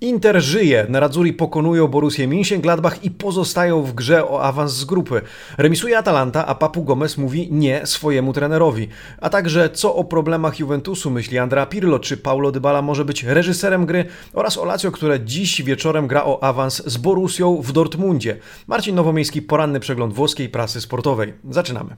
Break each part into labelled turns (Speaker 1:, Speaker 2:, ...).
Speaker 1: Inter żyje, Nerazzurri pokonują Borussię Mönchengladbach i pozostają w grze o awans z grupy. Remisuje Atalanta, a Papu Gomez mówi nie swojemu trenerowi. A także co o problemach Juventusu myśli Andrea Pirlo, czy Paulo Dybala może być reżyserem gry oraz o Lazio, które dziś wieczorem gra o awans z Borussią w Dortmundzie. Marcin Nowomiejski, poranny przegląd włoskiej prasy sportowej. Zaczynamy.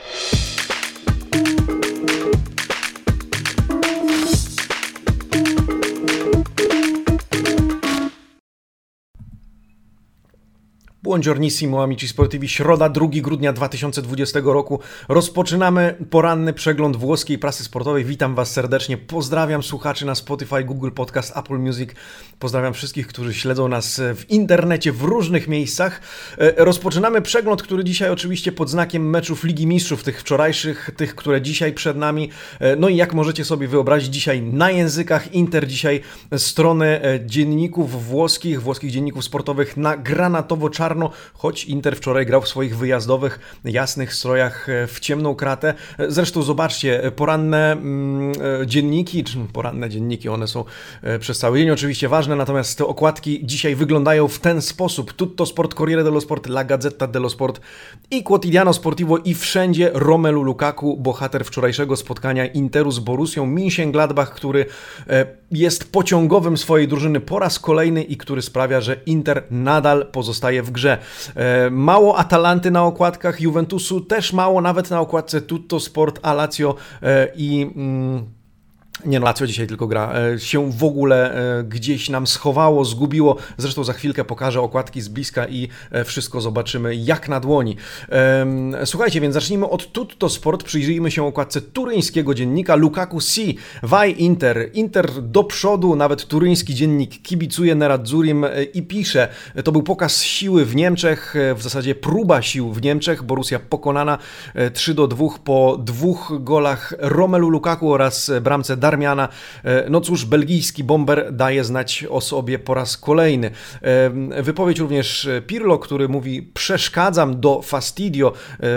Speaker 1: Buongiornissimo amici sportivi, środa 2 grudnia 2020 roku. Rozpoczynamy poranny przegląd włoskiej prasy sportowej. Witam Was serdecznie, pozdrawiam słuchaczy na Spotify, Google Podcast, Apple Music. Pozdrawiam wszystkich, którzy śledzą nas w internecie w różnych miejscach. Rozpoczynamy przegląd, który dzisiaj oczywiście pod znakiem meczów Ligi Mistrzów, tych wczorajszych, tych, które dzisiaj przed nami. No i jak możecie sobie wyobrazić, dzisiaj na językach Inter, dzisiaj strony dzienników włoskich dzienników sportowych na granatowo-czarno, choć Inter wczoraj grał w swoich wyjazdowych, jasnych strojach w ciemną kratę. Zresztą zobaczcie, poranne dzienniki, one są przez cały dzień oczywiście ważne, natomiast te okładki dzisiaj wyglądają w ten sposób. Tutto Sport, Corriere dello Sport, La Gazzetta dello Sport i Quotidiano Sportivo i wszędzie Romelu Lukaku, bohater wczorajszego spotkania Interu z Borussią Mönchengladbach, który jest pociągowym swojej drużyny po raz kolejny i który sprawia, że Inter nadal pozostaje w grze. Mało Atalanty na okładkach, Juventusu też mało, nawet na okładce Tutto Sport, a Lazio Lazio dzisiaj tylko gra, się w ogóle gdzieś nam schowało, zgubiło. Zresztą za chwilkę pokażę okładki z bliska i wszystko zobaczymy jak na dłoni. Słuchajcie, więc zacznijmy od Tutto Sport. Przyjrzyjmy się okładce turyńskiego dziennika. Lukaku si, vai Inter. Inter do przodu, nawet turyński dziennik kibicuje Nerazzurim i pisze. To był pokaz siły w Niemczech, w zasadzie próba sił w Niemczech. Borussia pokonana 3-2 po 2 golach Romelu Lukaku oraz bramce Darmiana. No cóż, belgijski bomber daje znać o sobie po raz kolejny. Wypowiedź również Pirlo, który mówi: przeszkadzam do fastidio.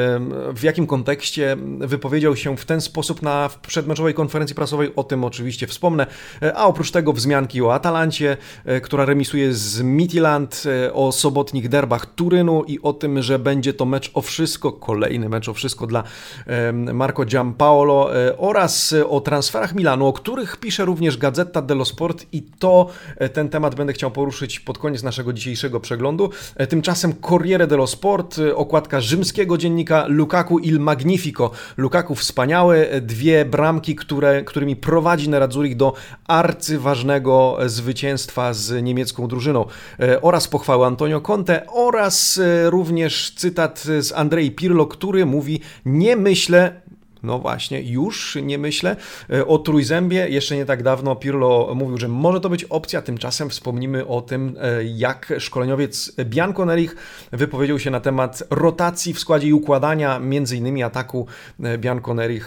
Speaker 1: W jakim kontekście wypowiedział się w ten sposób na przedmeczowej konferencji prasowej? O tym oczywiście wspomnę. A oprócz tego wzmianki o Atalancie, która remisuje z Midtjylland, o sobotnich derbach Turynu i o tym, że będzie to mecz o wszystko, kolejny mecz o wszystko dla Marco Giampaolo, oraz o transferach Milanu, o których pisze również Gazzetta dello Sport i ten temat będę chciał poruszyć pod koniec naszego dzisiejszego przeglądu. Tymczasem Corriere dello Sport, okładka rzymskiego dziennika: Lukaku il Magnifico. Lukaku wspaniały, 2 bramki, którymi prowadzi Nerazzurich do arcyważnego zwycięstwa z niemiecką drużyną, oraz pochwały Antonio Conte, oraz również cytat z Andrei Pirlo, który mówi: nie myślę, no właśnie, już nie myślę o trójzębie. Jeszcze nie tak dawno Pirlo mówił, że może to być opcja. Tymczasem wspomnimy o tym, jak szkoleniowiec Bianconeri wypowiedział się na temat rotacji w składzie i układania m.in. ataku Bianconeri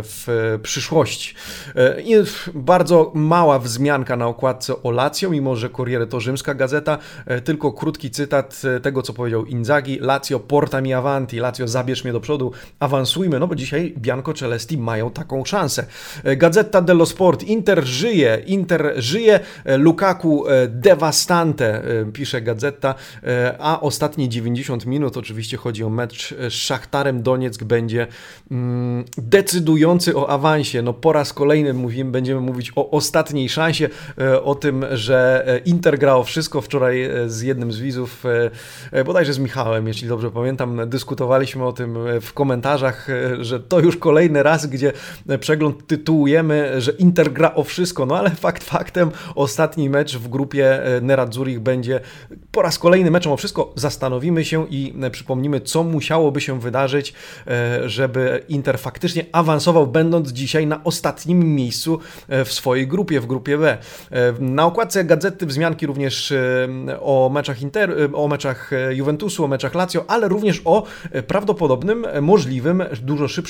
Speaker 1: w przyszłości. I bardzo mała wzmianka na okładce o Lazio, mimo że Corriere to rzymska gazeta. Tylko krótki cytat tego, co powiedział Inzaghi: Lazio portami avanti, Lazio zabierz mnie do przodu, awansujmy, no bo dzisiaj Bianco Celesti mają taką szansę. Gazzetta dello Sport: Inter żyje, Lukaku devastante, pisze Gazeta, a ostatnie 90 minut, oczywiście chodzi o mecz z Szachtarem Donieck, będzie decydujący o awansie. No po raz kolejny będziemy mówić o ostatniej szansie, o tym, że Inter gra o wszystko. Wczoraj z jednym z widzów, bodajże z Michałem, jeśli dobrze pamiętam, dyskutowaliśmy o tym w komentarzach, że to już kolejny raz, gdzie przegląd tytułujemy, że Inter gra o wszystko, no ale fakt faktem, ostatni mecz w grupie Nerazzurich będzie po raz kolejny meczem o wszystko. Zastanowimy się i przypomnimy, co musiałoby się wydarzyć, żeby Inter faktycznie awansował, będąc dzisiaj na ostatnim miejscu w swojej grupie, w grupie B. Na okładce Gazety wzmianki również o meczach o meczach Juventusu, o meczach Lazio, ale również o prawdopodobnym, możliwym, dużo szybszym powrocie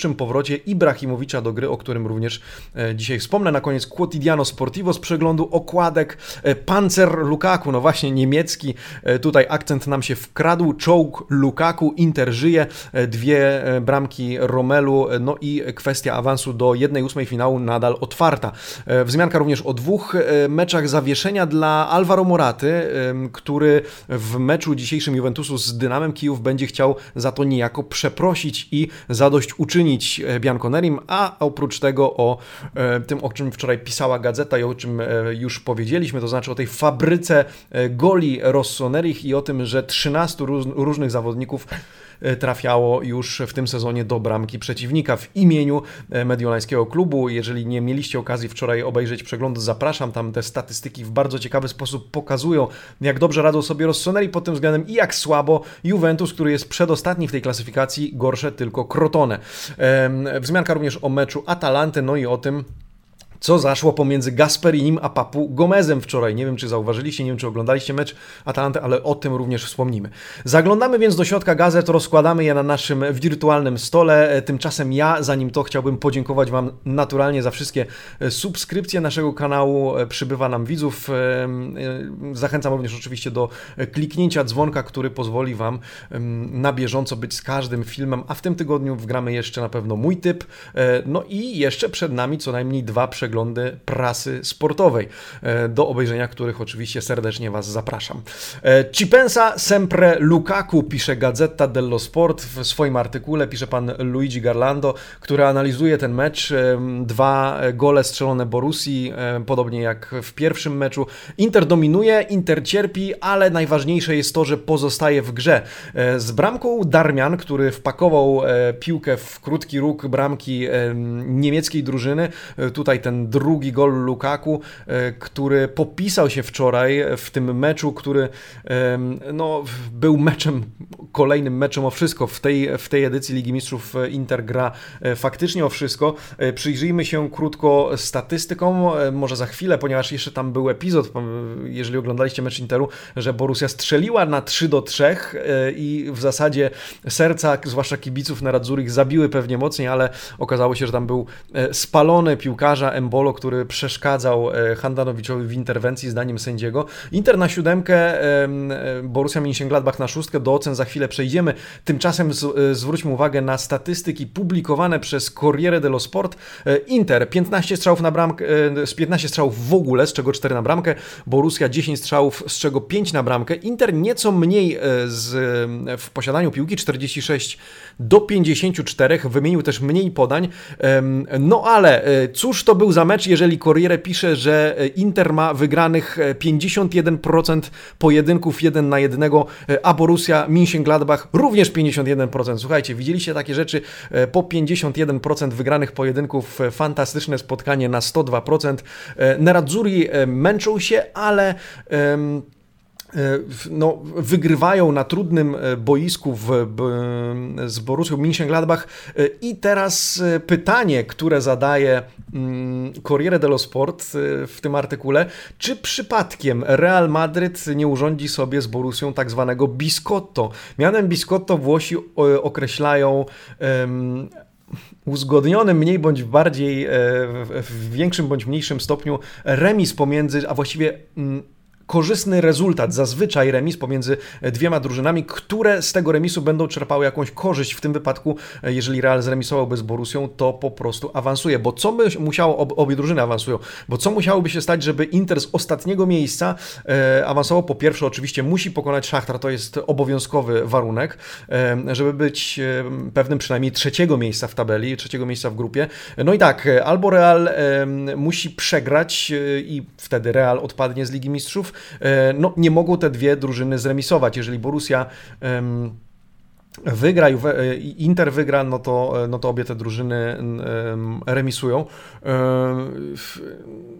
Speaker 1: powrocie Ibrahimowicza do gry, o którym również dzisiaj wspomnę. Na koniec Quotidiano Sportivo z przeglądu okładek. Panzer Lukaku, no właśnie niemiecki, tutaj akcent nam się wkradł. Czołg Lukaku, Inter żyje, 2 bramki Romelu, no i kwestia awansu do 1/8 finału nadal otwarta. Wzmianka również o 2 meczach zawieszenia dla Alvaro Moraty, który w meczu dzisiejszym Juventusu z Dynamem Kijów będzie chciał za to niejako przeprosić i zadośćuczynić Bianconerim, a oprócz tego o tym, o czym wczoraj pisała gazeta i o czym już powiedzieliśmy, to znaczy o tej fabryce goli Rossonerich i o tym, że 13 różnych zawodników trafiało już w tym sezonie do bramki przeciwnika w imieniu mediolańskiego klubu. Jeżeli nie mieliście okazji wczoraj obejrzeć przeglądu, zapraszam, tam te statystyki w bardzo ciekawy sposób pokazują, jak dobrze radzą sobie Rossoneri pod tym względem i jak słabo Juventus, który jest przedostatni w tej klasyfikacji, gorsze tylko Crotone. Wzmianka również o meczu Atalanty, no i o tym, co zaszło pomiędzy Gasperinim a Papu Gomezem wczoraj. Nie wiem, czy zauważyliście, nie wiem, czy oglądaliście mecz Atalanty, ale o tym również wspomnimy. Zaglądamy więc do środka gazet, rozkładamy je na naszym wirtualnym stole. Tymczasem ja, zanim to, chciałbym podziękować Wam naturalnie za wszystkie subskrypcje naszego kanału. Przybywa nam widzów. Zachęcam również oczywiście do kliknięcia dzwonka, który pozwoli Wam na bieżąco być z każdym filmem, a w tym tygodniu wgramy jeszcze na pewno mój typ. No i jeszcze przed nami co najmniej 2 przeglądy prasy sportowej, do obejrzenia których oczywiście serdecznie Was zapraszam. Ci pensa sempre Lukaku, pisze Gazzetta dello Sport w swoim artykule, pisze pan Luigi Garlando, który analizuje ten mecz. 2 gole strzelone Borussii, podobnie jak w pierwszym meczu. Inter dominuje, Inter cierpi, ale najważniejsze jest to, że pozostaje w grze. Z bramką Darmian, który wpakował piłkę w krótki róg bramki niemieckiej drużyny, tutaj ten drugi gol Lukaku, który popisał się wczoraj w tym meczu, który no, był meczem, kolejnym meczem o wszystko. W tej edycji Ligi Mistrzów Inter gra faktycznie o wszystko. Przyjrzyjmy się krótko statystykom, może za chwilę, ponieważ jeszcze tam był epizod, jeżeli oglądaliście mecz Interu, że Borussia strzeliła na 3-3 i w zasadzie serca, zwłaszcza kibiców Nerazzurich, zabiły pewnie mocniej, ale okazało się, że tam był spalony piłkarza Embolo, który przeszkadzał Handanowiczowi w interwencji zdaniem sędziego. Inter na 7, Borussia Mönchengladbach na 6, do ocen za chwilę przejdziemy. Tymczasem zwróćmy uwagę na statystyki publikowane przez Corriere dello Sport. Inter 15 strzałów na bramkę, z 15 strzałów w ogóle, z czego 4 na bramkę. Borussia 10 strzałów, z czego 5 na bramkę. Inter nieco mniej w posiadaniu piłki, 46 do 54, wymienił też mniej podań. No ale cóż to był za mecz, jeżeli Corriere pisze, że Inter ma wygranych 51% pojedynków 1-1, a Borussia Mönchengladbach również 51%. Słuchajcie, widzieliście takie rzeczy po 51% wygranych pojedynków, fantastyczne spotkanie na 102%. Nerazzurri męczą się, ale no, wygrywają na trudnym boisku z Borussią Mönchengladbach. I teraz pytanie, które zadaje Corriere dello Sport w tym artykule, czy przypadkiem Real Madryt nie urządzi sobie z Borussią tak zwanego biscotto? Mianem biscotto Włosi określają uzgodniony mniej bądź bardziej, w większym bądź mniejszym stopniu remis pomiędzy, a właściwie korzystny rezultat, zazwyczaj remis pomiędzy 2 drużynami, które z tego remisu będą czerpały jakąś korzyść. W tym wypadku, jeżeli Real zremisowałby z Borussią, to po prostu awansuje. Bo co by musiało, obie drużyny awansują, bo co musiałoby się stać, żeby Inter z ostatniego miejsca awansował? Po pierwsze, oczywiście musi pokonać Szachtar, to jest obowiązkowy warunek, żeby być pewnym przynajmniej 3. miejsca w tabeli, 3. miejsca w grupie. No i tak, albo Real musi przegrać i wtedy Real odpadnie z Ligi Mistrzów. No, nie mogą te 2 drużyny zremisować. Jeżeli Borussia wygra i Inter wygra, no to obie te drużyny remisują. No,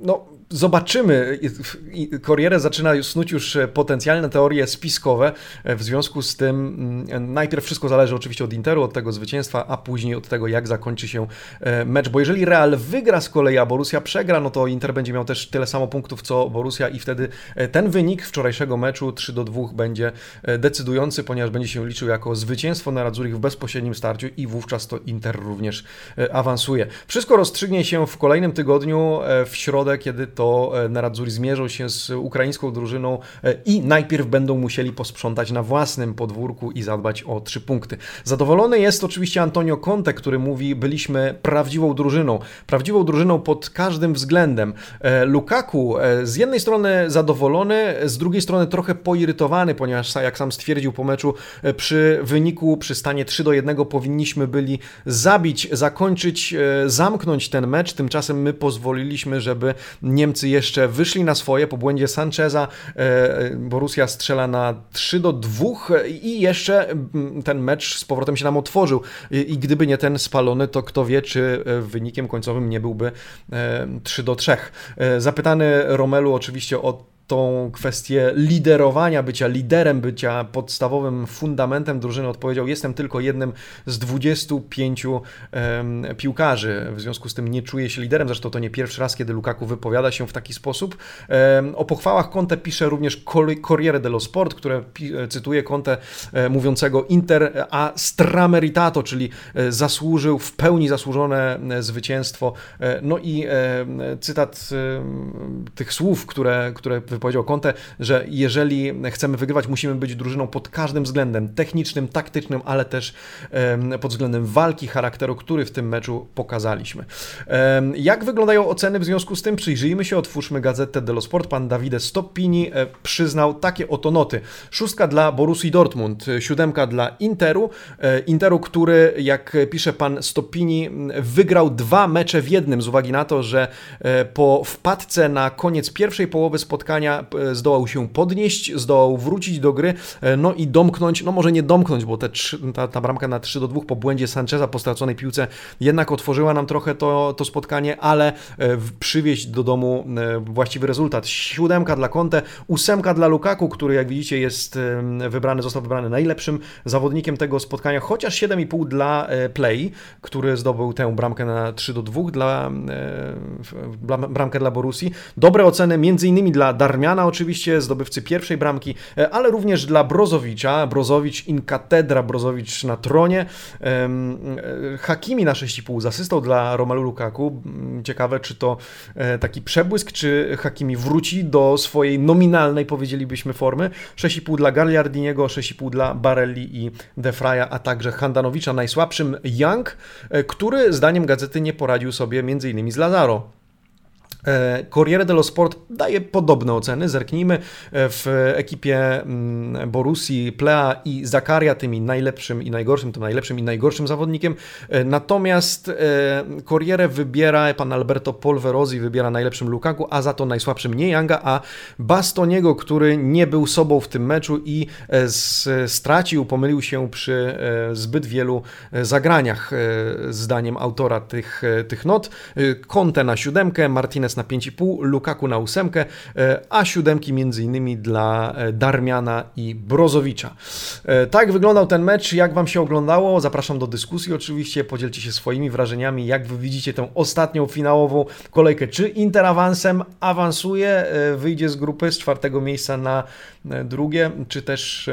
Speaker 1: Zobaczymy. Corriere zaczyna snuć już potencjalne teorie spiskowe. W związku z tym najpierw wszystko zależy oczywiście od Interu, od tego zwycięstwa, a później od tego, jak zakończy się mecz. Bo jeżeli Real wygra z kolei, a Borussia przegra, no to Inter będzie miał też tyle samo punktów co Borussia i wtedy ten wynik wczorajszego meczu 3-2 będzie decydujący, ponieważ będzie się liczył jako zwycięstwo Nerazzurich w bezpośrednim starciu i wówczas to Inter również awansuje. Wszystko rozstrzygnie się w kolejnym tygodniu, w środę, kiedy to Nerazzurri zmierzą się z ukraińską drużyną i najpierw będą musieli posprzątać na własnym podwórku i zadbać o 3 punkty. Zadowolony jest oczywiście Antonio Conte, który mówi, byliśmy prawdziwą drużyną pod każdym względem. Lukaku z jednej strony zadowolony, z drugiej strony trochę poirytowany, ponieważ jak sam stwierdził po meczu, przy wyniku, przy stanie 3-1 powinniśmy byli zabić, zakończyć, zamknąć ten mecz, tymczasem my pozwoliliśmy, żeby Niemcy jeszcze wyszli na swoje, po błędzie Sancheza Borussia strzela na 3-2 i jeszcze ten mecz z powrotem się nam otworzył i gdyby nie ten spalony, to kto wie, czy wynikiem końcowym nie byłby 3-3. Zapytany Romelu oczywiście o tą kwestię liderowania, bycia liderem, bycia podstawowym fundamentem drużyny, odpowiedział, jestem tylko jednym z 25 piłkarzy, w związku z tym nie czuję się liderem, zresztą to nie pierwszy raz, kiedy Lukaku wypowiada się w taki sposób. O pochwałach Conte pisze również Corriere dello Sport, które cytuje Conte mówiącego Inter a strameritato, czyli zasłużył, w pełni zasłużone zwycięstwo. No i cytat tych słów, które wypowiedział Conte, że jeżeli chcemy wygrywać, musimy być drużyną pod każdym względem, technicznym, taktycznym, ale też pod względem walki, charakteru, który w tym meczu pokazaliśmy. Jak wyglądają oceny w związku z tym? Przyjrzyjmy się, otwórzmy Gazetę dello Sport. Pan Davide Stoppini przyznał takie oto noty. 6 dla Borussii Dortmund, 7 dla Interu, który, jak pisze pan Stoppini, wygrał 2 mecze w jednym, z uwagi na to, że po wpadce na koniec pierwszej połowy spotkania zdołał się podnieść, zdołał wrócić do gry, no i domknąć, no może nie domknąć, bo ta bramka na 3-2 po błędzie Sancheza po straconej piłce jednak otworzyła nam trochę to spotkanie, ale przywieźć do domu właściwy rezultat. 7 dla Conte, 8 dla Lukaku, który jak widzicie został wybrany najlepszym zawodnikiem tego spotkania, chociaż 7,5 dla Play, który zdobył tę bramkę na 3-2 bramkę dla Borussii. Dobre oceny m.in. dla Darmiana oczywiście, zdobywcy pierwszej bramki, ale również dla Brozowicza. Brozowicz in cathedra, Brozowicz na tronie. Hakimi na 6,5 z asystą dla Romelu Lukaku. Ciekawe, czy to taki przebłysk, czy Hakimi wróci do swojej nominalnej, powiedzielibyśmy, formy. 6,5 dla Gagliardiniego, 6,5 dla Barelli i De Vrija, a także Handanowicza. Najsłabszym Young, który zdaniem gazety nie poradził sobie m.in. z Lazaro. Corriere dello Sport daje podobne oceny. Zerknijmy w ekipie Borussii, Plea i Zakaria, tymi najlepszym i najgorszym, tym najlepszym i najgorszym zawodnikiem. Natomiast Corriere wybiera, pan Alberto Polverosi wybiera najlepszym Lukaku, a za to najsłabszym nie Younga, a Bastoniego, który nie był sobą w tym meczu i stracił, pomylił się przy zbyt wielu zagraniach, zdaniem autora tych not. Conte na 7, Martinez na 5,5, Lukaku na 8, a 7 m.in. dla Darmiana i Brozowicza. Tak wyglądał ten mecz. Jak wam się oglądało? Zapraszam do dyskusji oczywiście. Podzielcie się swoimi wrażeniami. Jak wy widzicie tę ostatnią finałową kolejkę? Czy Inter awansuje, wyjdzie z grupy z 4. miejsca na 2, czy też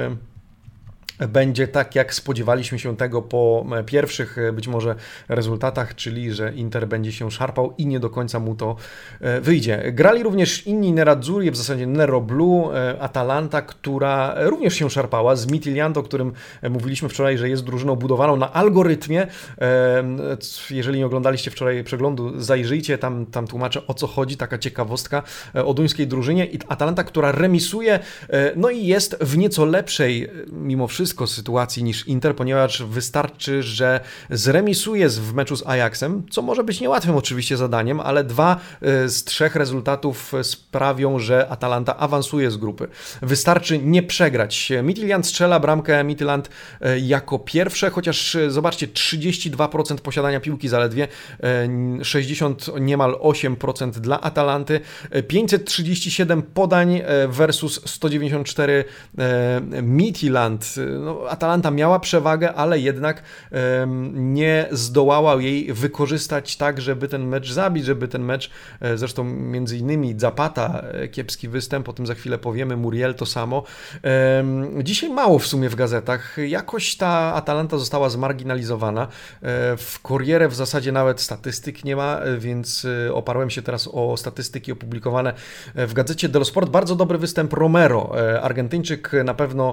Speaker 1: będzie tak, jak spodziewaliśmy się tego po pierwszych być może rezultatach, czyli że Inter będzie się szarpał i nie do końca mu to wyjdzie. Grali również inni Nerazzurri, w zasadzie Nero Blu, Atalanta, która również się szarpała, z Midtjylland, o którym mówiliśmy wczoraj, że jest drużyną budowaną na algorytmie. Jeżeli nie oglądaliście wczoraj przeglądu, zajrzyjcie, tam tłumaczę, o co chodzi, taka ciekawostka o duńskiej drużynie. I Atalanta, która remisuje, no i jest w nieco lepszej mimo wszystko wszystko sytuacji niż Inter, ponieważ wystarczy, że zremisuje w meczu z Ajaxem, co może być niełatwym oczywiście zadaniem, ale 2 z 3 rezultatów sprawią, że Atalanta awansuje z grupy. Wystarczy nie przegrać. Midtjylland strzela bramkę, Midtjylland jako pierwsze, chociaż zobaczcie, 32% posiadania piłki zaledwie, 60 niemal 8% dla Atalanty, 537 podań versus 194 Midtjylland. No, Atalanta miała przewagę, ale jednak nie zdołała jej wykorzystać tak, żeby ten mecz zabić, żeby ten mecz, zresztą między innymi Zapata, kiepski występ, o tym za chwilę powiemy, Muriel to samo. Dzisiaj mało w sumie w gazetach, jakoś ta Atalanta została zmarginalizowana. W Corriere w zasadzie nawet statystyk nie ma, więc oparłem się teraz o statystyki opublikowane w gazecie dello Sport. Bardzo dobry występ Romero. Argentyńczyk na pewno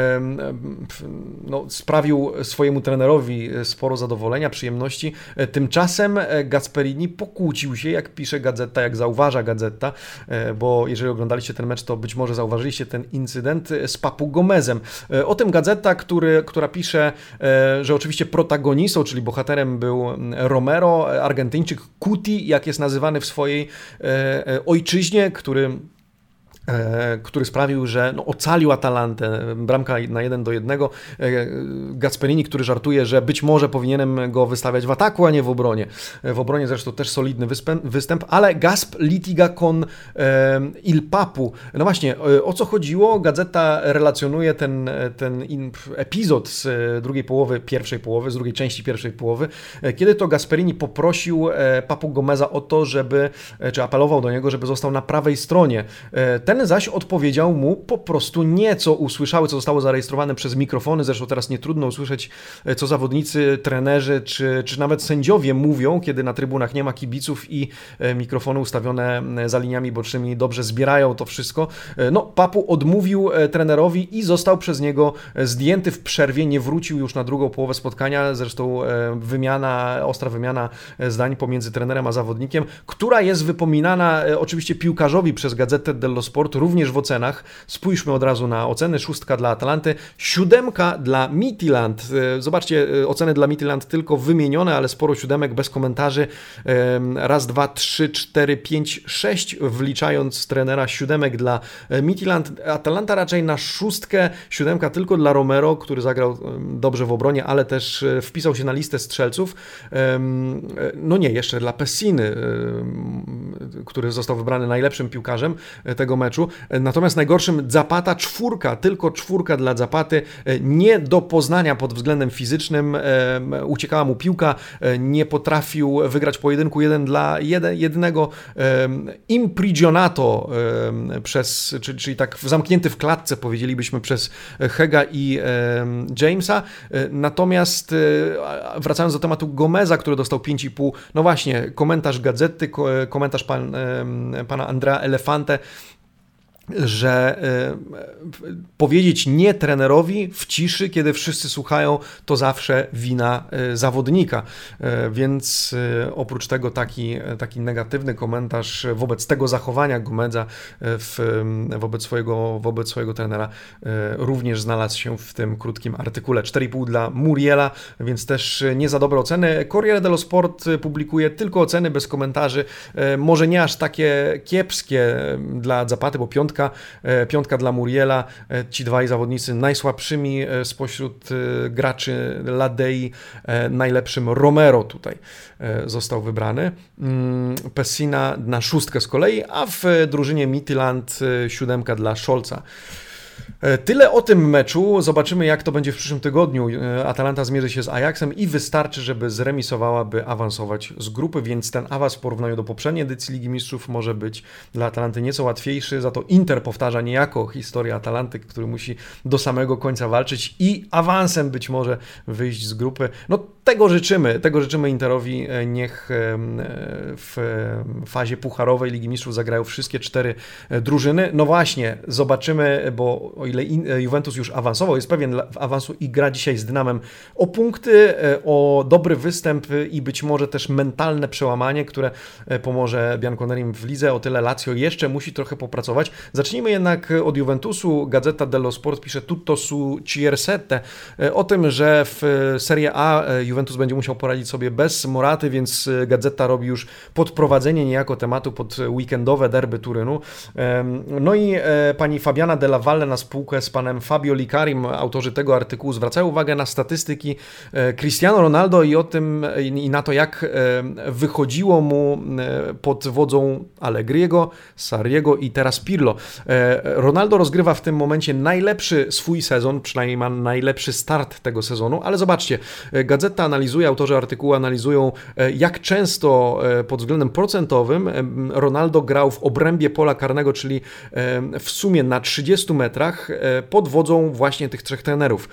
Speaker 1: sprawił swojemu trenerowi sporo zadowolenia, przyjemności. Tymczasem Gasperini pokłócił się, jak pisze gazeta, jak zauważa gazeta, bo jeżeli oglądaliście ten mecz, to być może zauważyliście ten incydent z Papu Gomezem. O tym gazeta, która pisze, że oczywiście protagonistą, czyli bohaterem był Romero, Argentyńczyk Cuti, jak jest nazywany w swojej ojczyźnie, który sprawił, że ocalił Atalantę. Bramka na 1-1. Gasperini, który żartuje, że być może powinienem go wystawiać w ataku, a nie w obronie. W obronie zresztą też solidny występ, ale Gasp litiga con il Papu. No właśnie, o co chodziło? Gazeta relacjonuje ten epizod z drugiej części pierwszej połowy, kiedy to Gasperini poprosił Papu Gomeza o to, czy apelował do niego, żeby został na prawej stronie. Ten zaś odpowiedział mu po prostu nie, co usłyszały, co zostało zarejestrowane przez mikrofony. Zresztą teraz nie trudno usłyszeć, co zawodnicy, trenerzy czy nawet sędziowie mówią, kiedy na trybunach nie ma kibiców i mikrofony ustawione za liniami bocznymi dobrze zbierają to wszystko. Papu odmówił trenerowi i został przez niego zdjęty w przerwie, nie wrócił już na drugą połowę spotkania. Zresztą ostra wymiana zdań pomiędzy trenerem a zawodnikiem, która jest wypominana oczywiście piłkarzowi przez Gazetę dello Sport, również w ocenach. Spójrzmy od razu na oceny. 6 dla Atalanty, 7 dla Midtjylland. Zobaczcie, oceny dla Midtjylland tylko wymienione, ale sporo 7 bez komentarzy. 1, 2, 3, 4, 5, 6 wliczając trenera, 7 dla Midtjylland. Atalanta raczej na 6, 7 tylko dla Romero, który zagrał dobrze w obronie, ale też wpisał się na listę strzelców. Jeszcze dla Pessiny, który został wybrany najlepszym piłkarzem tego meczu. Natomiast najgorszym Zapata, 4, tylko 4 dla Zapaty. Nie do poznania pod względem fizycznym. Uciekała mu piłka, nie potrafił wygrać pojedynku 1-1. Imprigionato czyli tak zamknięty w klatce, powiedzielibyśmy, przez Hega i Jamesa. Natomiast wracając do tematu Gomeza, który dostał 5,5, no właśnie, komentarz gazety, komentarz pana Andrea Elefante, że powiedzieć nie trenerowi w ciszy, kiedy wszyscy słuchają, to zawsze wina zawodnika. Więc oprócz tego taki negatywny komentarz wobec tego zachowania Gomeza wobec swojego trenera również znalazł się w tym krótkim artykule. 4,5 dla Muriela, więc też nie za dobre oceny. Corriere dello Sport publikuje tylko oceny bez komentarzy. Może nie aż takie kiepskie dla Zapaty, bo 5 dla Muriela, ci dwaj zawodnicy najsłabszymi spośród graczy Ladei, najlepszym Romero tutaj został wybrany. Pessina na 6 z kolei, a w drużynie Midtjylland 7 dla Scholza. Tyle o tym meczu. Zobaczymy, jak to będzie w przyszłym tygodniu. Atalanta zmierzy się z Ajaxem i wystarczy, żeby zremisowała, by awansować z grupy, więc ten awans w porównaniu do poprzedniej edycji Ligi Mistrzów może być dla Atalanty nieco łatwiejszy. Za to Inter powtarza niejako historię Atalanty, który musi do samego końca walczyć i awansem być może wyjść z grupy. Tego życzymy Interowi. Niech w fazie pucharowej Ligi Mistrzów zagrają wszystkie 4 drużyny. No właśnie, zobaczymy, bo o ile Juventus już awansował, jest pewien awansu i gra dzisiaj z Dynamem o punkty, o dobry występ i być może też mentalne przełamanie, które pomoże Bianconerim w lidze. O tyle Lazio jeszcze musi trochę popracować. Zacznijmy jednak od Juventusu. Gazzetta dello Sport pisze tutto su CR7 o tym, że w Serie A Juventus będzie musiał poradzić sobie bez Moraty, więc Gazeta robi już podprowadzenie niejako tematu pod weekendowe derby Turynu. No i pani Fabiana Della Valle na spółkę z panem Fabio Licarim, autorzy tego artykułu, zwracają uwagę na statystyki Cristiano Ronaldo i o tym i na to, jak wychodziło mu pod wodzą Allegriego, Sarriego i teraz Pirlo. Ronaldo rozgrywa w tym momencie najlepszy swój sezon, przynajmniej ma najlepszy start tego sezonu, ale zobaczcie, Gazeta analizuje, autorzy artykułu analizują, jak często pod względem procentowym Ronaldo grał w obrębie pola karnego, czyli w sumie na 30 metrach pod wodzą właśnie tych trzech trenerów.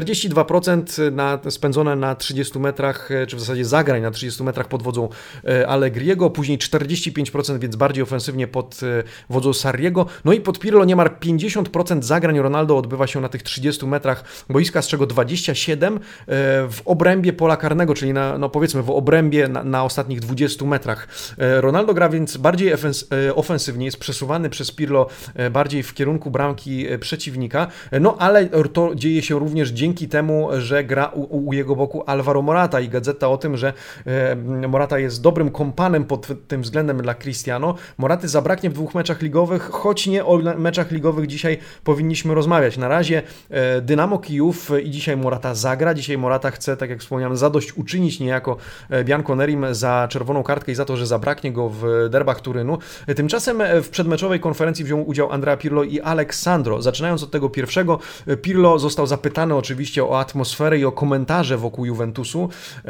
Speaker 1: 42% spędzone na 30 metrach, czy w zasadzie zagrań na 30 metrach pod wodzą Allegriego, później 45%, więc bardziej ofensywnie pod wodzą Sarriego, no i pod Pirlo niemal 50% zagrań Ronaldo odbywa się na tych 30 metrach boiska, z czego 27 w obrębie pola karnego, czyli powiedzmy w obrębie na ostatnich 20 metrach. Ronaldo gra więc bardziej ofensywnie, jest przesuwany przez Pirlo bardziej w kierunku bramki przeciwnika, no ale to dzieje się również dzięki temu, że gra u jego boku Alvaro Morata i Gazeta o tym, że Morata jest dobrym kompanem pod tym względem dla Cristiano. Moraty zabraknie w 2 meczach ligowych, choć nie o meczach ligowych dzisiaj powinniśmy rozmawiać. Na razie Dynamo Kijów i dzisiaj Morata zagra. Dzisiaj Morata chce, tak jak wspomniałem, zadośćuczynić niejako Bianconerim za czerwoną kartkę i za to, że zabraknie go w derbach Turynu. Tymczasem w przedmeczowej konferencji wziął udział Andrea Pirlo i Alessandro. Zaczynając od tego pierwszego, Pirlo został zapytany oczywiście o atmosferę i o komentarze wokół Juventusu,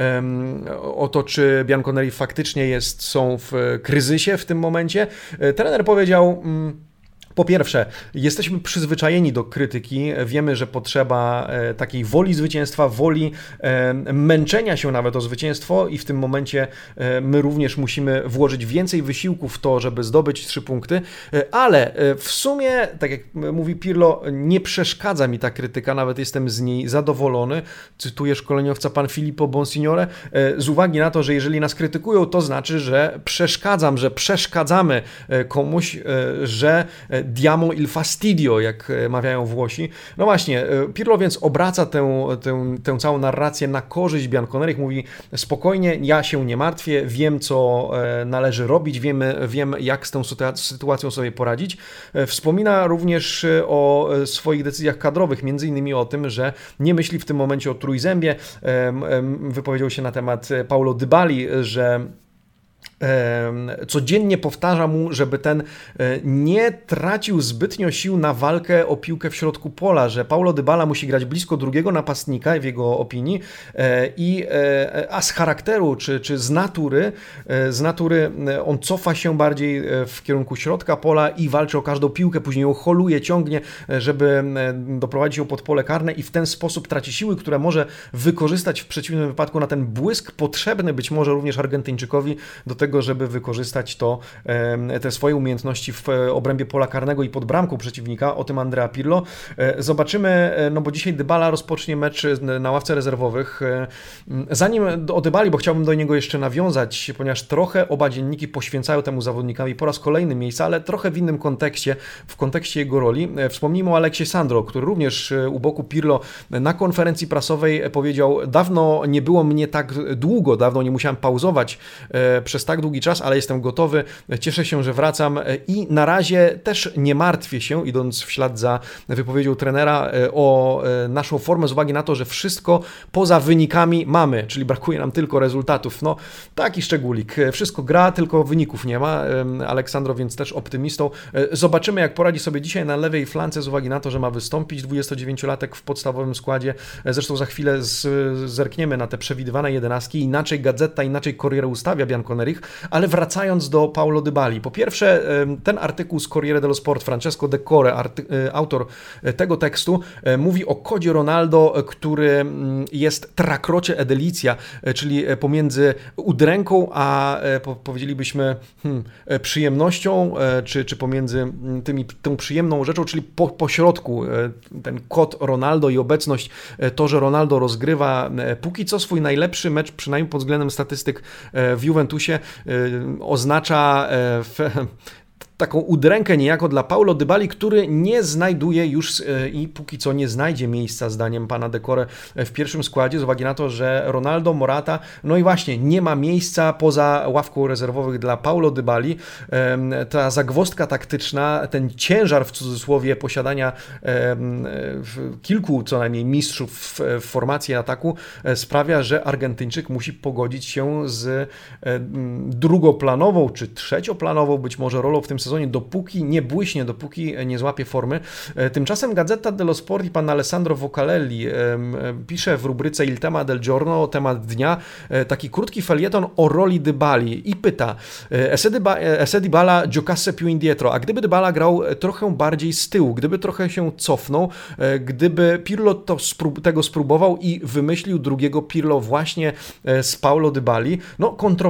Speaker 1: o to, czy Bianconeri faktycznie są w kryzysie w tym momencie. Trener powiedział: po pierwsze, jesteśmy przyzwyczajeni do krytyki, wiemy, że potrzeba takiej woli zwycięstwa, woli męczenia się nawet o zwycięstwo i w tym momencie my również musimy włożyć więcej wysiłku w to, żeby zdobyć 3 punkty, ale w sumie, tak jak mówi Pirlo, nie przeszkadza mi ta krytyka, nawet jestem z niej zadowolony. Cytuję szkoleniowca pan Filippo Bonsignore, z uwagi na to, że jeżeli nas krytykują, to znaczy, że przeszkadzam, że przeszkadzamy komuś, że diamo il fastidio, jak mawiają Włosi. No właśnie, Pirlo więc obraca tę całą narrację na korzyść Bianconerich. Mówi: spokojnie, ja się nie martwię, wiem, co należy robić, wiem, jak z tą sytuacją sobie poradzić. Wspomina również o swoich decyzjach kadrowych, między innymi o tym, że nie myśli w tym momencie o trójzębie. Wypowiedział się na temat Paulo Dybali, że codziennie powtarza mu, żeby ten nie tracił zbytnio sił na walkę o piłkę w środku pola, że Paulo Dybala musi grać blisko drugiego napastnika, w jego opinii, a z charakteru czy z natury on cofa się bardziej w kierunku środka pola i walczy o każdą piłkę, później ją holuje, ciągnie, żeby doprowadzić ją pod pole karne i w ten sposób traci siły, które może wykorzystać w przeciwnym wypadku na ten błysk potrzebny być może również Argentyńczykowi do tego, żeby wykorzystać te swoje umiejętności w obrębie pola karnego i pod bramką przeciwnika. O tym Andrea Pirlo. Zobaczymy, no bo dzisiaj Dybala rozpocznie mecz na ławce rezerwowych. Zanim o Dybali, bo chciałbym do niego jeszcze nawiązać, ponieważ trochę oba dzienniki poświęcają temu zawodnikowi po raz kolejny miejsce, ale trochę w innym kontekście, w kontekście jego roli. Wspomnijmy o Aleksie Sandro, który również u boku Pirlo na konferencji prasowej powiedział: dawno nie było mnie tak długo, dawno nie musiałem pauzować przez tak długi czas, ale jestem gotowy, cieszę się, że wracam i na razie też nie martwię się, idąc w ślad za wypowiedzią trenera, o naszą formę z uwagi na to, że wszystko poza wynikami mamy, czyli brakuje nam tylko rezultatów. No, taki szczególik. Wszystko gra, tylko wyników nie ma. Aleksandro więc też optymistą. Zobaczymy, jak poradzi sobie dzisiaj na lewej flance z uwagi na to, że ma wystąpić 29-latek w podstawowym składzie. Zresztą za chwilę zerkniemy na te przewidywane 11. Inaczej Gazeta, inaczej Corriere ustawia Bianconerich. ale wracając do Paulo Dybali. Po pierwsze, ten artykuł z Corriere dello Sport, Francesco De Core, autor tego tekstu, mówi o kodzie Ronaldo, który jest tracrocie edelicja, czyli pomiędzy udręką a powiedzielibyśmy przyjemnością, czy pomiędzy tą przyjemną rzeczą, czyli po środku ten kod Ronaldo i obecność, to, że Ronaldo rozgrywa póki co swój najlepszy mecz, przynajmniej pod względem statystyk w Juventusie, oznacza taką udrękę niejako dla Paulo Dybali, który nie znajduje już i póki co nie znajdzie miejsca, zdaniem pana Decore, w pierwszym składzie, z uwagi na to, że Ronaldo, Morata, no i właśnie nie ma miejsca poza ławką rezerwowych dla Paulo Dybali. Ta zagwozdka taktyczna, ten ciężar w cudzysłowie posiadania kilku co najmniej mistrzów w formacji ataku sprawia, że Argentyńczyk musi pogodzić się z drugoplanową czy trzecioplanową być może rolą w tym sezonie, dopóki nie błyśnie, dopóki nie złapie formy. Tymczasem Gazzetta dello Sport i pan Alessandro Vocalelli pisze w rubryce Il tema del giorno, temat dnia, taki krótki felieton o roli Dybali i pyta: se Dybala giocasse più indietro, a gdyby Dybala grał trochę bardziej z tyłu, gdyby trochę się cofnął, gdyby Pirlo tego spróbował i wymyślił drugiego Pirlo właśnie z Paulo Dybali. No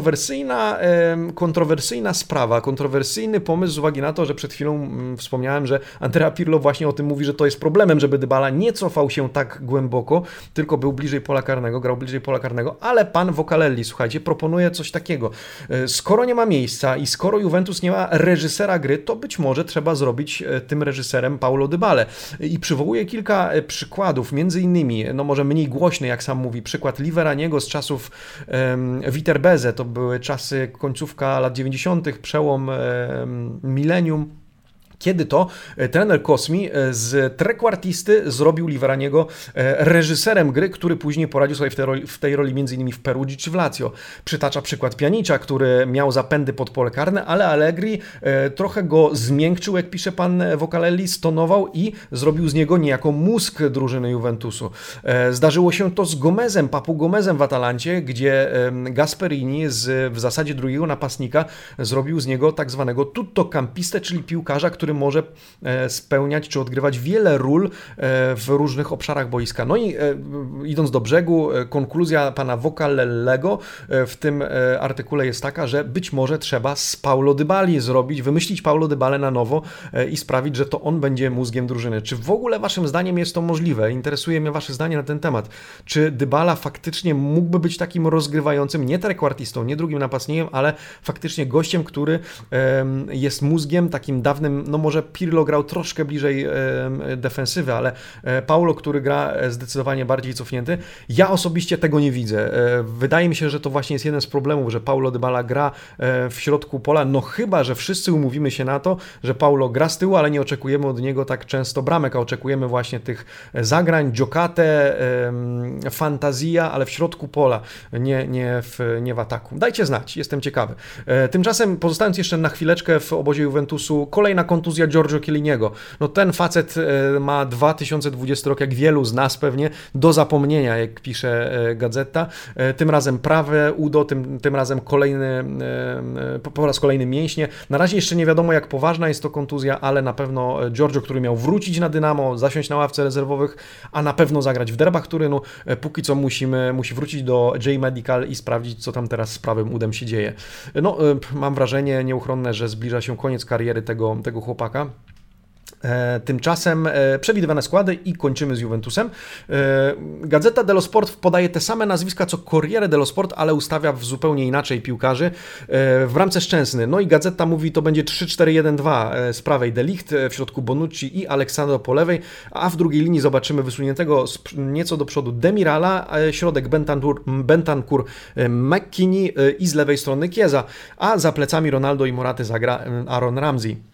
Speaker 1: kontrowersyjna sprawa, kontrowersyjny pomysł z uwagi na to, że przed chwilą wspomniałem, że Andrea Pirlo właśnie o tym mówi, że to jest problemem, żeby Dybala nie cofał się tak głęboko, tylko był bliżej pola karnego, grał bliżej pola karnego, ale pan Vocalelli, słuchajcie, proponuje coś takiego. Skoro nie ma miejsca i skoro Juventus nie ma reżysera gry, to być może trzeba zrobić tym reżyserem Paulo Dybalę. I przywołuje kilka przykładów, między innymi, no może mniej głośny, jak sam mówi, przykład Liveraniego z czasów Viterbese, to były czasy końcówka lat 90., przełom milenium, kiedy to trener Cosmi z trequartisty zrobił Liveraniego reżyserem gry, który później poradził sobie w tej roli m.in. w Perugii czy w Lazio. Przytacza przykład Pjanicza, który miał zapędy pod pole karne, ale Allegri trochę go zmiękczył, jak pisze pan Vocalelli, stonował i zrobił z niego niejako mózg drużyny Juventusu. Zdarzyło się to z Gomezem, Papu Gomezem w Atalancie, gdzie Gasperini w zasadzie drugiego napastnika zrobił z niego tak zwanego tuttocampistę, czyli piłkarza, który może spełniać czy odgrywać wiele ról w różnych obszarach boiska. No i idąc do brzegu, konkluzja pana Vocalellego w tym artykule jest taka, że być może trzeba z Paulo Dybali wymyślić Paulo Dybalę na nowo i sprawić, że to on będzie mózgiem drużyny. Czy w ogóle waszym zdaniem jest to możliwe? Interesuje mnie wasze zdanie na ten temat. Czy Dybala faktycznie mógłby być takim rozgrywającym, nie trequartistą, nie drugim napastnikiem, ale faktycznie gościem, który jest mózgiem, takim dawnym, no może Pirlo grał troszkę bliżej defensywy, ale Paulo, który gra zdecydowanie bardziej cofnięty. Ja osobiście tego nie widzę. Wydaje mi się, że to właśnie jest jeden z problemów, że Paulo Dybala gra w środku pola, no chyba, że wszyscy umówimy się na to, że Paulo gra z tyłu, ale nie oczekujemy od niego tak często bramek, a oczekujemy właśnie tych zagrań, giocate, fantazja, ale w środku pola, nie w ataku. Dajcie znać, jestem ciekawy. Tymczasem, pozostając jeszcze na chwileczkę w obozie Juventusu, kolejna kontuzja Giorgio Chielliniego. No ten facet ma 2020 rok, jak wielu z nas pewnie, do zapomnienia, jak pisze Gazeta. Tym razem prawe udo, tym razem po raz kolejny mięśnie. Na razie jeszcze nie wiadomo, jak poważna jest to kontuzja, ale na pewno Giorgio, który miał wrócić na Dynamo, zasiąść na ławce rezerwowych, a na pewno zagrać w derbach Turynu, póki co musi wrócić do J-Medical i sprawdzić, co tam teraz z prawym udem się dzieje. No, mam wrażenie nieuchronne, że zbliża się koniec kariery tego chłopaka. Tymczasem przewidywane składy i kończymy z Juventusem. Gazzetta dello Sport podaje te same nazwiska co Corriere dello Sport, ale ustawia zupełnie inaczej piłkarzy. W bramce Szczęsny. No i Gazeta mówi, to będzie 3-4-1-2 z prawej De Ligt, w środku Bonucci i Alexandro po lewej, a w drugiej linii zobaczymy wysuniętego nieco do przodu Demirala, środek Bentancur, McKinney i z lewej strony Chiesa, a za plecami Ronaldo i Moraty zagra Aaron Ramsey.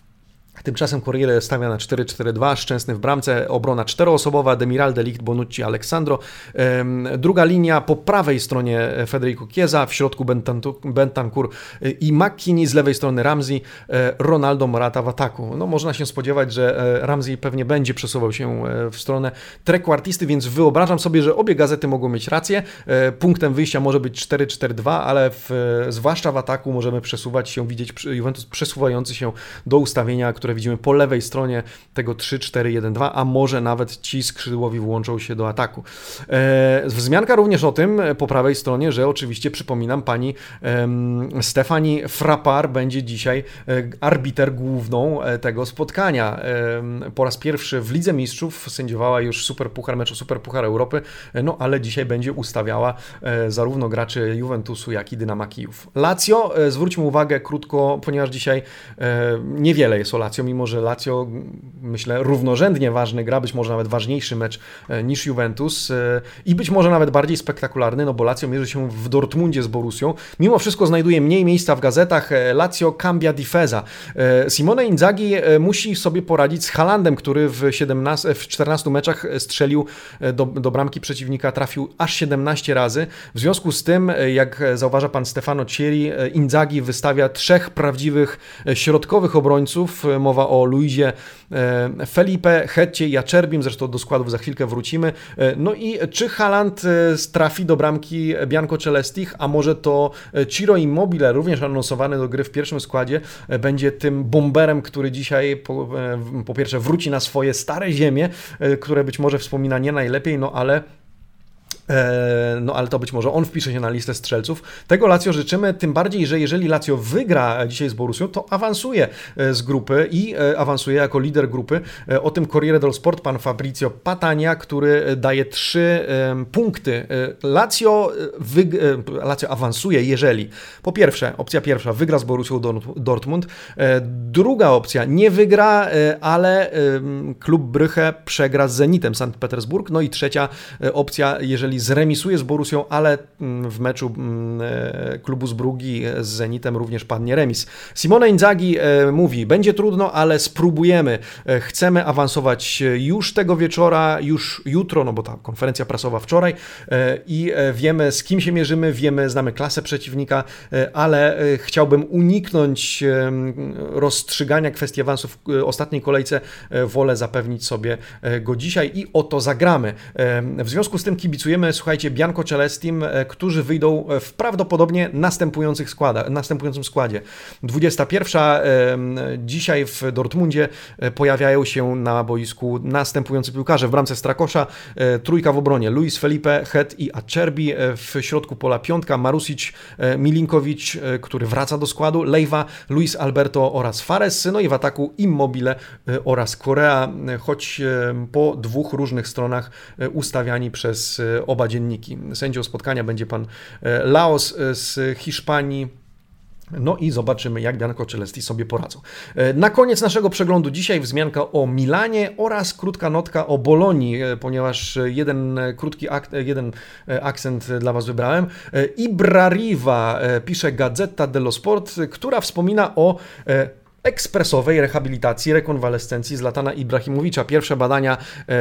Speaker 1: Tymczasem Corriere stawia na 4-4-2, Szczęsny w bramce, obrona czteroosobowa, Demiral, De Ligt, Bonucci, Alexandro. Druga linia po prawej stronie Federico Chiesa, w środku Bentancur i McKennie, z lewej strony Ramsey, Ronaldo, Morata w ataku. No, można się spodziewać, że Ramsey pewnie będzie przesuwał się w stronę trequartisty, więc wyobrażam sobie, że obie gazety mogą mieć rację. Punktem wyjścia może być 4-4-2, ale zwłaszcza w ataku możemy przesuwać się, widzieć Juventus przesuwający się do ustawienia, które widzimy po lewej stronie tego 3-4-1-2, a może nawet ci skrzydłowi włączą się do ataku. Wzmianka również o tym po prawej stronie, że oczywiście przypominam, pani Stefani Frappart będzie dzisiaj arbiter główną tego spotkania. Po raz pierwszy w Lidze Mistrzów sędziowała już meczu Superpuchar Europy, no ale dzisiaj będzie ustawiała zarówno graczy Juventusu, jak i Dynama Kijów. Lazio, zwróćmy uwagę krótko, ponieważ dzisiaj niewiele jest o Lazio, mimo że Lazio, myślę, równorzędnie ważny gra, być może nawet ważniejszy mecz niż Juventus i być może nawet bardziej spektakularny, no bo Lazio mierzy się w Dortmundzie z Borussią. Mimo wszystko znajduje mniej miejsca w gazetach. Lazio cambia difesa. Simone Inzaghi musi sobie poradzić z Haalandem, który w 14 meczach strzelił do bramki przeciwnika, trafił aż 17 razy. W związku z tym, jak zauważa pan Stefano Chieri, Inzaghi wystawia 3 prawdziwych środkowych obrońców. Mowa o Luizie Felipe, Hetcie i Acerbim, zresztą do składów za chwilkę wrócimy. No i czy Haaland trafi do bramki Biancocelestich, a może to Ciro Immobile, również anonsowany do gry w pierwszym składzie, będzie tym bomberem, który dzisiaj po pierwsze wróci na swoje stare ziemie, które być może wspomina nie najlepiej, no ale to być może on wpisze się na listę strzelców. Tego Lazio życzymy, tym bardziej, że jeżeli Lazio wygra dzisiaj z Borussią, to awansuje z grupy i awansuje jako lider grupy. O tym Corriere dello Sport pan Fabrizio Patania, który daje 3 punkty. Lazio awansuje, jeżeli po pierwsze, opcja pierwsza, wygra z Borussią Dortmund. Druga opcja, nie wygra, ale klub Brügge przegra z Zenitem Sankt Petersburg. No i trzecia opcja, jeżeli zremisuje z Borussią, ale w meczu klubu z Brugi z Zenitem również padnie remis. Simone Inzaghi mówi, będzie trudno, ale spróbujemy. Chcemy awansować już tego wieczora, już jutro, no bo ta konferencja prasowa wczoraj i wiemy, z kim się mierzymy, znamy klasę przeciwnika, ale chciałbym uniknąć rozstrzygania kwestii awansu w ostatniej kolejce. Wolę zapewnić sobie go dzisiaj i o to zagramy. W związku z tym kibicujemy, słuchajcie, Biancocelestim, którzy wyjdą w prawdopodobnie następującym składzie. 21. Dzisiaj w Dortmundzie pojawiają się na boisku następujący piłkarze. W bramce Strakosza, trójka w obronie, Luis Felipe, Het i Acerbi, w środku pola piątka, Marusic, Milinkovic, który wraca do składu, Leiva, Luis Alberto oraz Fares, no i w ataku Immobile oraz Correa, choć po 2 różnych stronach ustawiani przez oba dzienniki. Sędzią spotkania będzie pan Laos z Hiszpanii. No i zobaczymy, jak Biancocelesti sobie poradzą. Na koniec naszego przeglądu dzisiaj wzmianka o Milanie oraz krótka notka o Bolonii, ponieważ jeden akcent dla was wybrałem. Ibra Riva, pisze Gazzetta dello Sport, która wspomina o ekspresowej rehabilitacji, rekonwalescencji Zlatana Ibrahimowicza. Pierwsze badania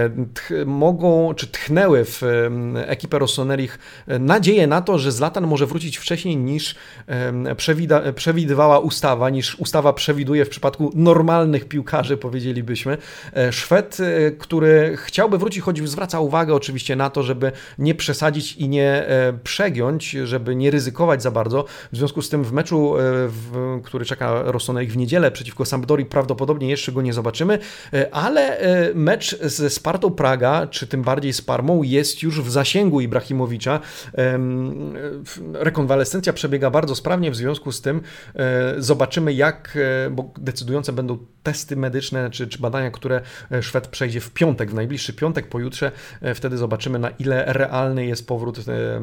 Speaker 1: tchnęły w ekipę Rossonerich nadzieję na to, że Zlatan może wrócić wcześniej niż przewidywała ustawa, niż ustawa przewiduje w przypadku normalnych piłkarzy, powiedzielibyśmy. Szwed, który chciałby wrócić, choć zwraca uwagę oczywiście na to, żeby nie przesadzić i nie przegiąć, żeby nie ryzykować za bardzo. W związku z tym w meczu, który czeka Rossonerich w niedzielę przeciwko Sampdori, prawdopodobnie jeszcze go nie zobaczymy, ale mecz ze Spartą Praga, czy tym bardziej z Parmą, jest już w zasięgu Ibrahimowicza. Rekonwalescencja przebiega bardzo sprawnie, w związku z tym zobaczymy bo decydujące będą testy medyczne, czy badania, które Szwed przejdzie w piątek, w najbliższy piątek, pojutrze. Wtedy zobaczymy, na ile realny jest powrót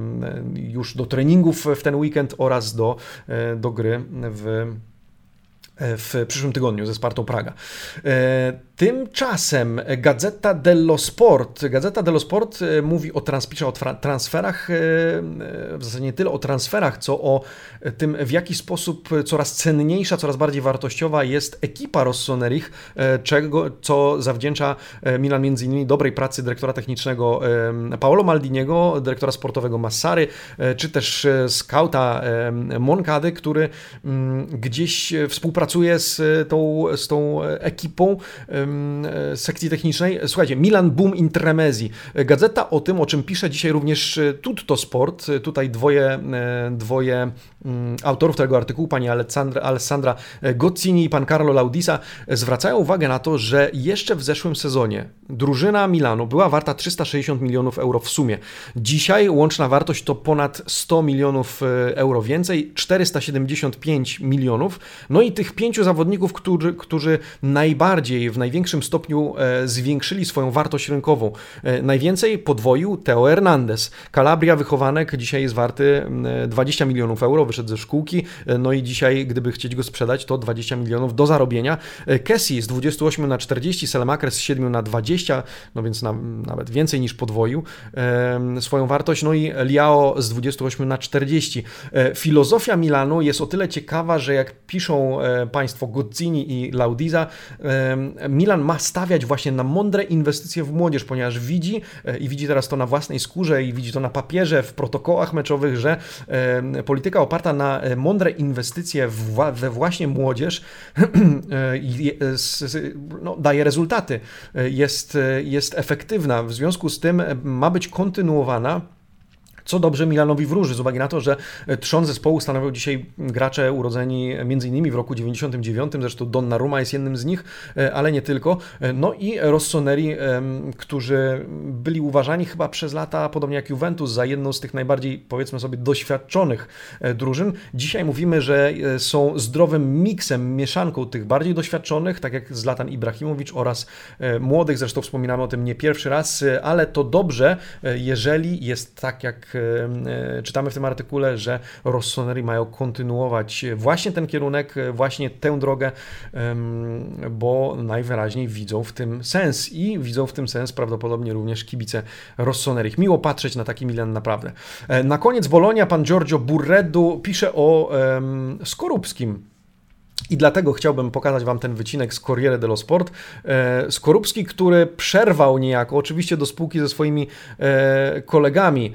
Speaker 1: już do treningów w ten weekend oraz do gry w w przyszłym tygodniu ze Spartą Praga. Tymczasem Gazzetta dello Sport mówi pisze o transferach, w zasadzie nie tyle o transferach, co o tym, w jaki sposób coraz cenniejsza, coraz bardziej wartościowa jest ekipa Rossoneri, co zawdzięcza Milan między innymi dobrej pracy dyrektora technicznego Paolo Maldiniego, dyrektora sportowego Massary, czy też skauta Moncady, który gdzieś współpracuje z tą ekipą sekcji technicznej. Słuchajcie, Milan boom in Tremesi. Gazeta o tym, o czym pisze dzisiaj również Tutto Sport. Tutaj dwoje autorów tego artykułu, pani Alessandra Gozzini i pan Carlo Laudisa, zwracają uwagę na to, że jeszcze w zeszłym sezonie drużyna Milanu była warta 360 milionów euro w sumie. Dzisiaj łączna wartość to ponad 100 milionów euro więcej, 475 milionów. No i tych 5 zawodników, którzy najbardziej, w największym stopniu zwiększyli swoją wartość rynkową. Najwięcej podwoił Theo Hernandez. Calabria, wychowanek, dzisiaj jest warty 20 milionów euro, wyszedł ze szkółki, no i dzisiaj, gdyby chcieć go sprzedać, to 20 milionów do zarobienia. Kessie z 28 na 40, Selmakers z 7 na 20, no więc nawet więcej niż podwoił swoją wartość, no i Leao z 28 na 40. Filozofia Milanu jest o tyle ciekawa, że jak piszą państwo Gozzini i Laudisa, Milan ma stawiać właśnie na mądre inwestycje w młodzież, ponieważ widzi teraz to na własnej skórze i widzi to na papierze, w protokołach meczowych, że polityka oparta na mądre inwestycje we właśnie młodzież daje rezultaty, jest efektywna, w związku z tym ma być kontynuowana. Co dobrze Milanowi wróży, z uwagi na to, że trzon zespołu stanowią dzisiaj gracze urodzeni m.in. w roku 99, zresztą Donnarumma jest jednym z nich, ale nie tylko. No i Rossoneri, którzy byli uważani chyba przez lata, podobnie jak Juventus, za jedną z tych najbardziej, powiedzmy sobie, doświadczonych drużyn. Dzisiaj mówimy, że są zdrowym miksem, mieszanką tych bardziej doświadczonych, tak jak Zlatan Ibrahimowicz, oraz młodych, zresztą wspominamy o tym nie pierwszy raz, ale to dobrze, jeżeli jest tak, jak czytamy w tym artykule, że Rossoneri mają kontynuować właśnie ten kierunek, właśnie tę drogę, bo najwyraźniej widzą w tym sens i widzą w tym sens prawdopodobnie również kibice Rossoneri. Miło patrzeć na taki Milan naprawdę. Na koniec Bologna, pan Giorgio Burreddu pisze o Skorupskim. I dlatego chciałbym pokazać Wam ten wycinek z Corriere dello Sport. Skorupski, który przerwał niejako, oczywiście do spółki ze swoimi kolegami,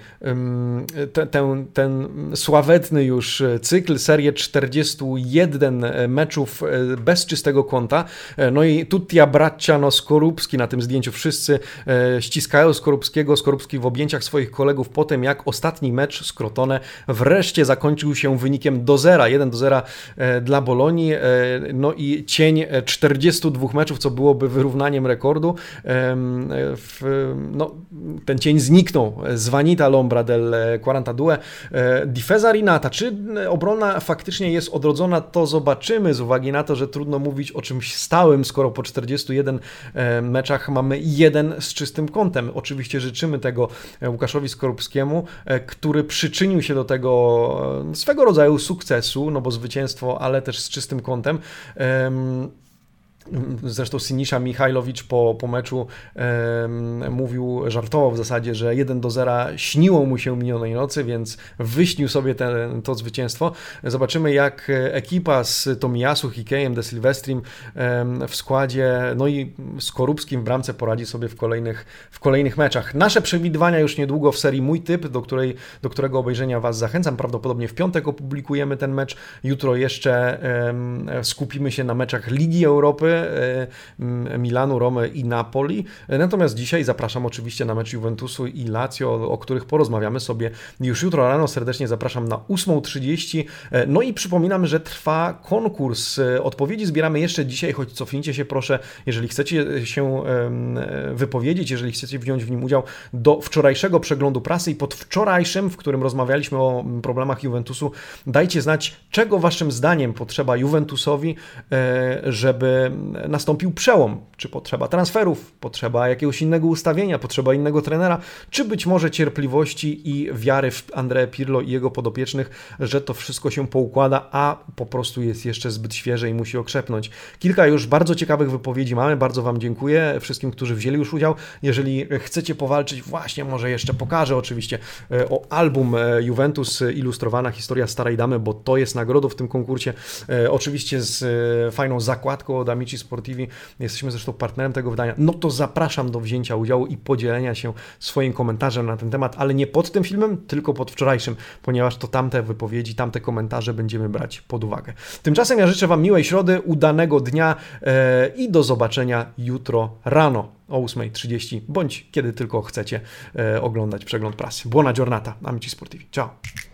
Speaker 1: ten sławetny już cykl, serię 41 meczów bez czystego konta. No i tutti abbracciano Skorupski na tym zdjęciu. Wszyscy ściskają Skorupskiego. Skorupski w objęciach swoich kolegów po tym, jak ostatni mecz z Crotone wreszcie zakończył się wynikiem 1-0 dla Bolonii. No i cień 42 meczów, co byłoby wyrównaniem rekordu. Ten cień zniknął z Vanita l'ombra del 42. Difesa rinata. Czy obrona faktycznie jest odrodzona, to zobaczymy, z uwagi na to, że trudno mówić o czymś stałym, skoro po 41 meczach mamy jeden z czystym kątem. Oczywiście życzymy tego Łukaszowi Skorupskiemu, który przyczynił się do tego swego rodzaju sukcesu, no bo zwycięstwo, ale też z czystym kątem. Zresztą Sinisza Michajlowicz po meczu mówił, żartował w zasadzie, że 1-0 śniło mu się minionej nocy, więc wyśnił sobie to zwycięstwo. Zobaczymy, jak ekipa z Tomiyasu, Hikejem, De Silvestrim w składzie, no i Skorupskim w bramce poradzi sobie w kolejnych meczach. Nasze przewidywania już niedługo w serii Mój Typ, do którego obejrzenia Was zachęcam. Prawdopodobnie w piątek opublikujemy ten mecz. Jutro jeszcze skupimy się na meczach Ligi Europy, Milanu, Romy i Napoli. Natomiast dzisiaj zapraszam oczywiście na mecz Juventusu i Lazio, o których porozmawiamy sobie już jutro rano. Serdecznie zapraszam na 8:30. No i przypominam, że trwa konkurs. Odpowiedzi zbieramy jeszcze dzisiaj, choć cofnijcie się proszę, jeżeli chcecie się wypowiedzieć, jeżeli chcecie wziąć w nim udział, do wczorajszego przeglądu prasy i pod wczorajszym, w którym rozmawialiśmy o problemach Juventusu, dajcie znać, czego Waszym zdaniem potrzeba Juventusowi, żeby nastąpił przełom. Czy potrzeba transferów, potrzeba jakiegoś innego ustawienia, potrzeba innego trenera, czy być może cierpliwości i wiary w André Pirlo i jego podopiecznych, że to wszystko się poukłada, a po prostu jest jeszcze zbyt świeże i musi okrzepnąć. Kilka już bardzo ciekawych wypowiedzi mamy, bardzo Wam dziękuję wszystkim, którzy wzięli już udział. Jeżeli chcecie powalczyć, właśnie może jeszcze pokażę oczywiście o album Juventus, ilustrowana historia Starej Damy, bo to jest nagrodą w tym konkursie. Oczywiście z fajną zakładką od Amici Sportivi, jesteśmy zresztą partnerem tego wydania, no to zapraszam do wzięcia udziału i podzielenia się swoim komentarzem na ten temat, ale nie pod tym filmem, tylko pod wczorajszym, ponieważ to tamte wypowiedzi, tamte komentarze będziemy brać pod uwagę. Tymczasem ja życzę Wam miłej środy, udanego dnia i do zobaczenia jutro rano o 8:30, bądź kiedy tylko chcecie oglądać przegląd prasy. Buona giornata, Amici Sportivi. Ciao!